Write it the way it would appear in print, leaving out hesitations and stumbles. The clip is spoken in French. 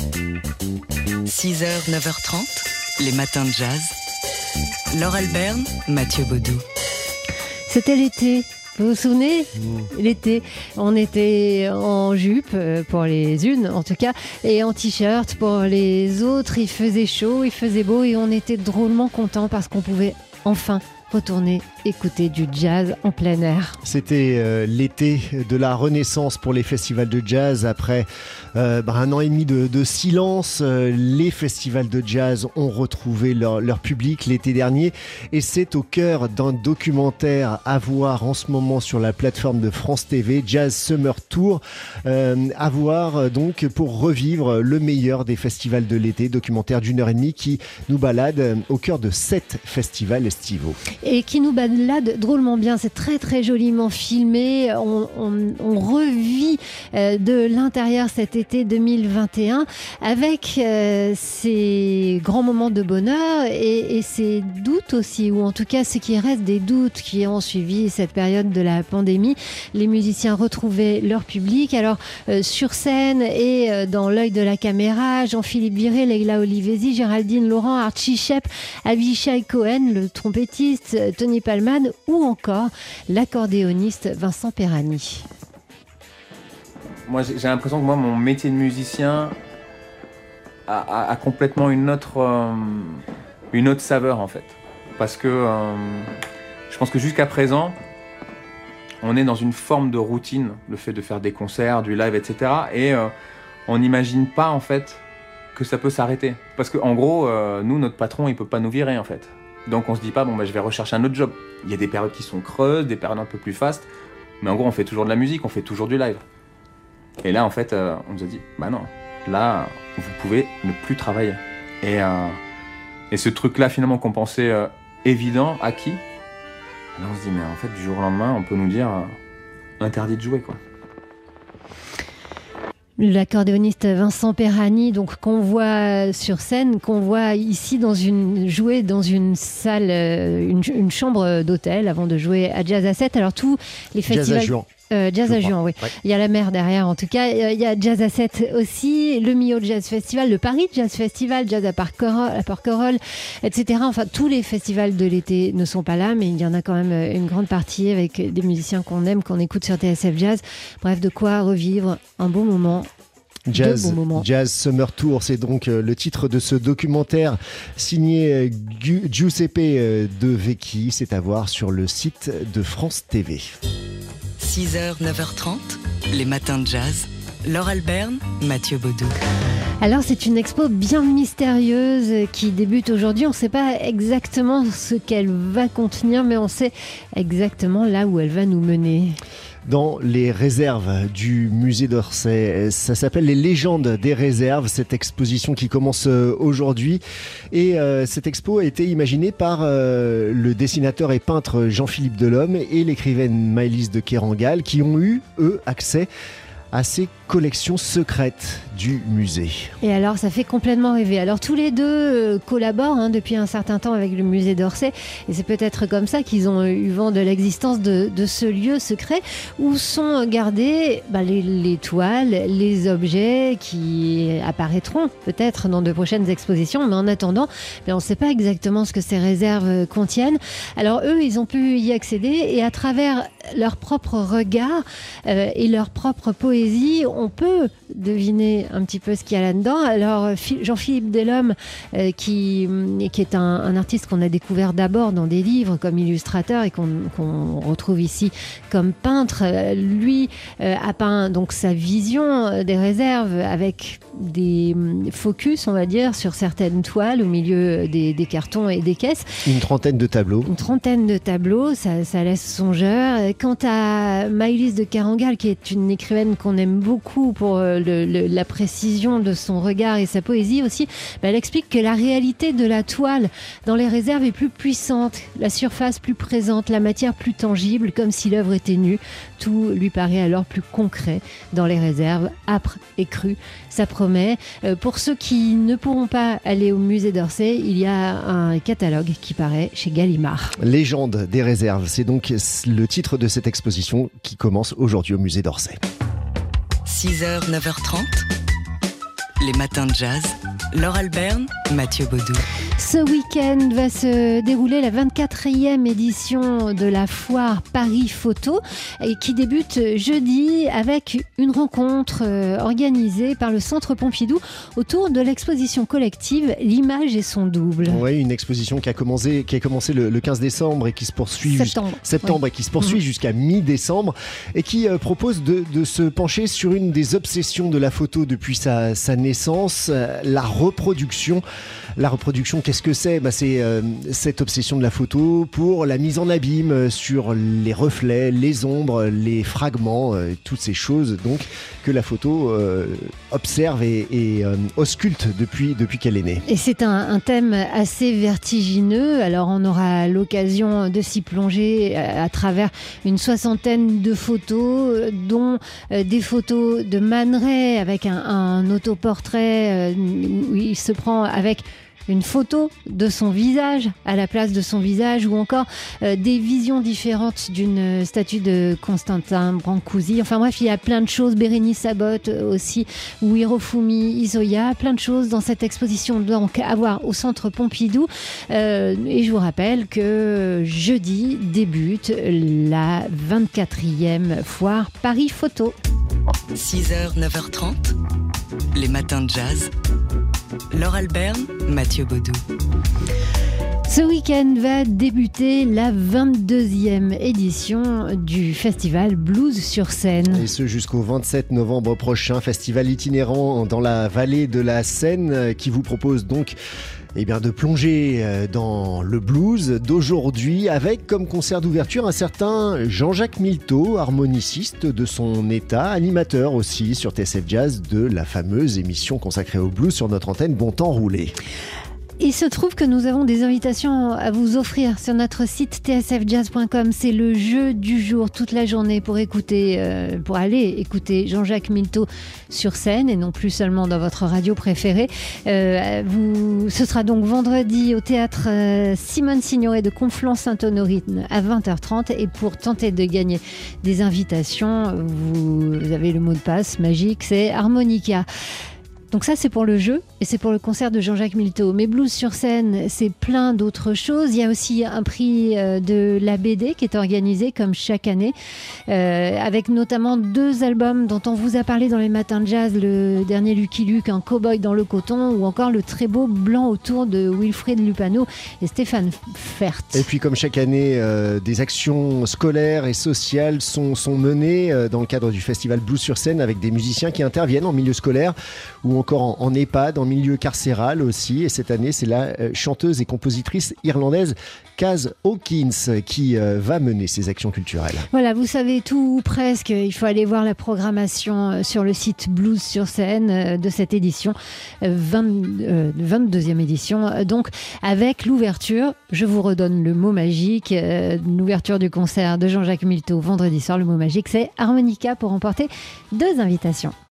6h, 9h30, les matins de jazz. Laure Alberne, Mathieu Baudou. C'était l'été. Vous vous souvenez ? L'été, on était en jupe, pour les unes en tout cas, et en t-shirt pour les autres. Il faisait chaud, il faisait beau et on était drôlement contents parce qu'on pouvait enfin retourner écouter du jazz en plein air. C'était l'été de la renaissance pour les festivals de jazz. Après un an et demi de silence, les festivals de jazz ont retrouvé leur public l'été dernier. Et c'est au cœur d'un documentaire à voir en ce moment sur la plateforme de France TV, Jazz Summer Tour. À voir donc pour revivre le meilleur des festivals de l'été. Documentaire d'1h30 qui nous balade au cœur de 7 festivals estivaux. Et qui nous balade drôlement bien, c'est très très joliment filmé, on revit de l'intérieur cet été 2021 avec ces grands moments de bonheur et ces doutes aussi, ou en tout cas ce qui reste des doutes qui ont suivi cette période de la pandémie. Les musiciens retrouvaient leur public, alors sur scène et dans l'œil de la caméra, Jean-Philippe Viré, Leila Olivesi, Géraldine Laurent, Archie Shepp, Avishai Cohen, le trompettiste, Tony Palman ou encore l'accordéoniste Vincent Perani. Moi, j'ai l'impression que mon métier de musicien a complètement une autre saveur en fait. Parce que je pense que jusqu'à présent, on est dans une forme de routine, le fait de faire des concerts, du live, etc. Et on n'imagine pas en fait que ça peut s'arrêter. Parce qu'en gros, nous, notre patron, il peut pas nous virer en fait. Donc on se dit pas, je vais rechercher un autre job. Il y a des périodes qui sont creuses, des périodes un peu plus fastes, mais en gros on fait toujours de la musique, on fait toujours du live. Et là en fait on nous a dit, non, là vous pouvez ne plus travailler. Et ce truc là finalement qu'on pensait évident, acquis, là on se dit mais en fait du jour au lendemain on peut nous dire interdit de jouer quoi. L'accordéoniste Vincent Perani, donc qu'on voit sur scène, qu'on voit ici jouer dans une salle, une chambre d'hôtel avant de jouer à Jazz à 7. Alors tous les festivals. Jazz à Juan. Jazz à Juan, oui. Ouais. Il y a la mer derrière, en tout cas. Il y a Jazz à 7 aussi, le Millau Jazz Festival, le Paris Jazz Festival, Jazz à Porquerolles, etc. Enfin, tous les festivals de l'été ne sont pas là, mais il y en a quand même une grande partie avec des musiciens qu'on aime, qu'on écoute sur TSF Jazz. Bref, de quoi revivre un beau moment. Jazz Summer Tour, c'est donc le titre de ce documentaire signé Giuseppe De Vecchi. C'est à voir sur le site de France TV. 6h, 9h30, les matins de jazz. Laure Alberne, Mathieu Baudou. Alors c'est une expo bien mystérieuse qui débute aujourd'hui. On ne sait pas exactement ce qu'elle va contenir, mais on sait exactement là où elle va nous mener. Dans les réserves du musée d'Orsay. Ça s'appelle Les légendes des réserves, cette exposition qui commence aujourd'hui. Et cette expo a été imaginée par le dessinateur et peintre Jean-Philippe Delhomme et l'écrivaine Maëlys de Kerangal qui ont eu, eux, accès à ces collections secrètes du musée. Et alors, ça fait complètement rêver. Alors, tous les deux collaborent depuis un certain temps avec le musée d'Orsay. Et c'est peut-être comme ça qu'ils ont eu vent de l'existence de ce lieu secret où sont gardées les toiles, les objets qui apparaîtront peut-être dans de prochaines expositions. Mais en attendant, on ne sait pas exactement ce que ces réserves contiennent. Alors, eux, ils ont pu y accéder et à travers leur propre regard et leur propre poésie, on peut deviner un petit peu ce qu'il y a là-dedans. Alors Jean-Philippe Delhomme, qui est un artiste qu'on a découvert d'abord dans des livres comme illustrateur et qu'on retrouve ici comme peintre, lui a peint donc sa vision des réserves avec des focus, on va dire, sur certaines toiles au milieu des cartons et des caisses. Une trentaine de tableaux. Ça laisse songeur. Quant à Maëlys de Kerangal, qui est une écrivaine qu'on aime beaucoup pour la précision de son regard et sa poésie aussi, elle explique que la réalité de la toile dans les réserves est plus puissante, la surface plus présente, la matière plus tangible, comme si l'œuvre était nue. Tout lui paraît alors plus concret dans les réserves, âpre et cru. Ça promet. Pour ceux qui ne pourront pas aller au musée d'Orsay, il y a un catalogue qui paraît chez Gallimard. Légende des réserves, c'est donc le titre de cette exposition qui commence aujourd'hui au musée d'Orsay. 6h, 9h30, Les matins de jazz. Laure Alberne, Mathieu Baudou. Ce week-end va se dérouler la 24e édition de la foire Paris Photo et qui débute jeudi avec une rencontre organisée par le Centre Pompidou autour de l'exposition collective L'image et son double. Oui, une exposition qui a commencé le 15 décembre et qui se poursuit septembre et qui se poursuit jusqu'à mi-décembre et qui propose de se pencher sur une des obsessions de la photo depuis sa naissance, la reproduction. La reproduction, qu'est-ce que c'est ? C'est cette obsession de la photo pour la mise en abîme sur les reflets, les ombres, les fragments, toutes ces choses donc que la photo observe et ausculte depuis qu'elle est née. Et c'est un thème assez vertigineux. Alors on aura l'occasion de s'y plonger à travers une soixantaine de photos, dont des photos de Man Ray avec un autoportrait où il se prend avec une photo de son visage à la place de son visage, ou encore des visions différentes d'une statue de Constantin Brancusi. Enfin bref, il y a plein de choses. Bérénice Sabot aussi, ou Hirofumi Isoya, plein de choses dans cette exposition donc à voir au Centre Pompidou. Et je vous rappelle que jeudi débute la 24e foire Paris Photo. 6h, 9h30, les matins de jazz. Laure Alberne, Mathieu Baudou. Ce week-end va débuter la 22e édition du festival Blues sur Seine. Et ce jusqu'au 27 novembre prochain, festival itinérant dans la vallée de la Seine qui vous propose donc de plonger dans le blues d'aujourd'hui avec comme concert d'ouverture un certain Jean-Jacques Milteau, harmoniciste de son état, animateur aussi sur TSF Jazz de la fameuse émission consacrée au blues sur notre antenne Bon Temps Roulé. Il se trouve que nous avons des invitations à vous offrir sur notre site tsfjazz.com. C'est le jeu du jour toute la journée pour aller écouter Jean-Jacques Milteau sur scène et non plus seulement dans votre radio préférée. Ce sera donc vendredi au théâtre Simone Signoret de Conflans-Sainte-Honorine à 20h30. Et pour tenter de gagner des invitations, vous avez le mot de passe magique, c'est harmonica. Donc ça, c'est pour le jeu et c'est pour le concert de Jean-Jacques Milteau. Mais Blues sur Seine, c'est plein d'autres choses. Il y a aussi un prix de la BD qui est organisé comme chaque année, avec notamment 2 albums dont on vous a parlé dans les matins de jazz, le dernier Lucky Luke, Un cow-boy dans le coton, ou encore le très beau Blanc autour de Wilfried Lupano et Stéphane Fert. Et puis comme chaque année, des actions scolaires et sociales sont menées dans le cadre du festival Blues sur Seine avec des musiciens qui interviennent en milieu scolaire ou encore en EHPAD, en milieu carcéral aussi. Et cette année, c'est la chanteuse et compositrice irlandaise Kaz Hawkins qui va mener ces actions culturelles. Voilà, vous savez tout ou presque. Il faut aller voir la programmation sur le site Blues sur Seine de cette édition, 22e édition. Donc, avec l'ouverture, je vous redonne le mot magique, l'ouverture du concert de Jean-Jacques Milteau vendredi soir. Le mot magique, c'est harmonica pour remporter 2 invitations.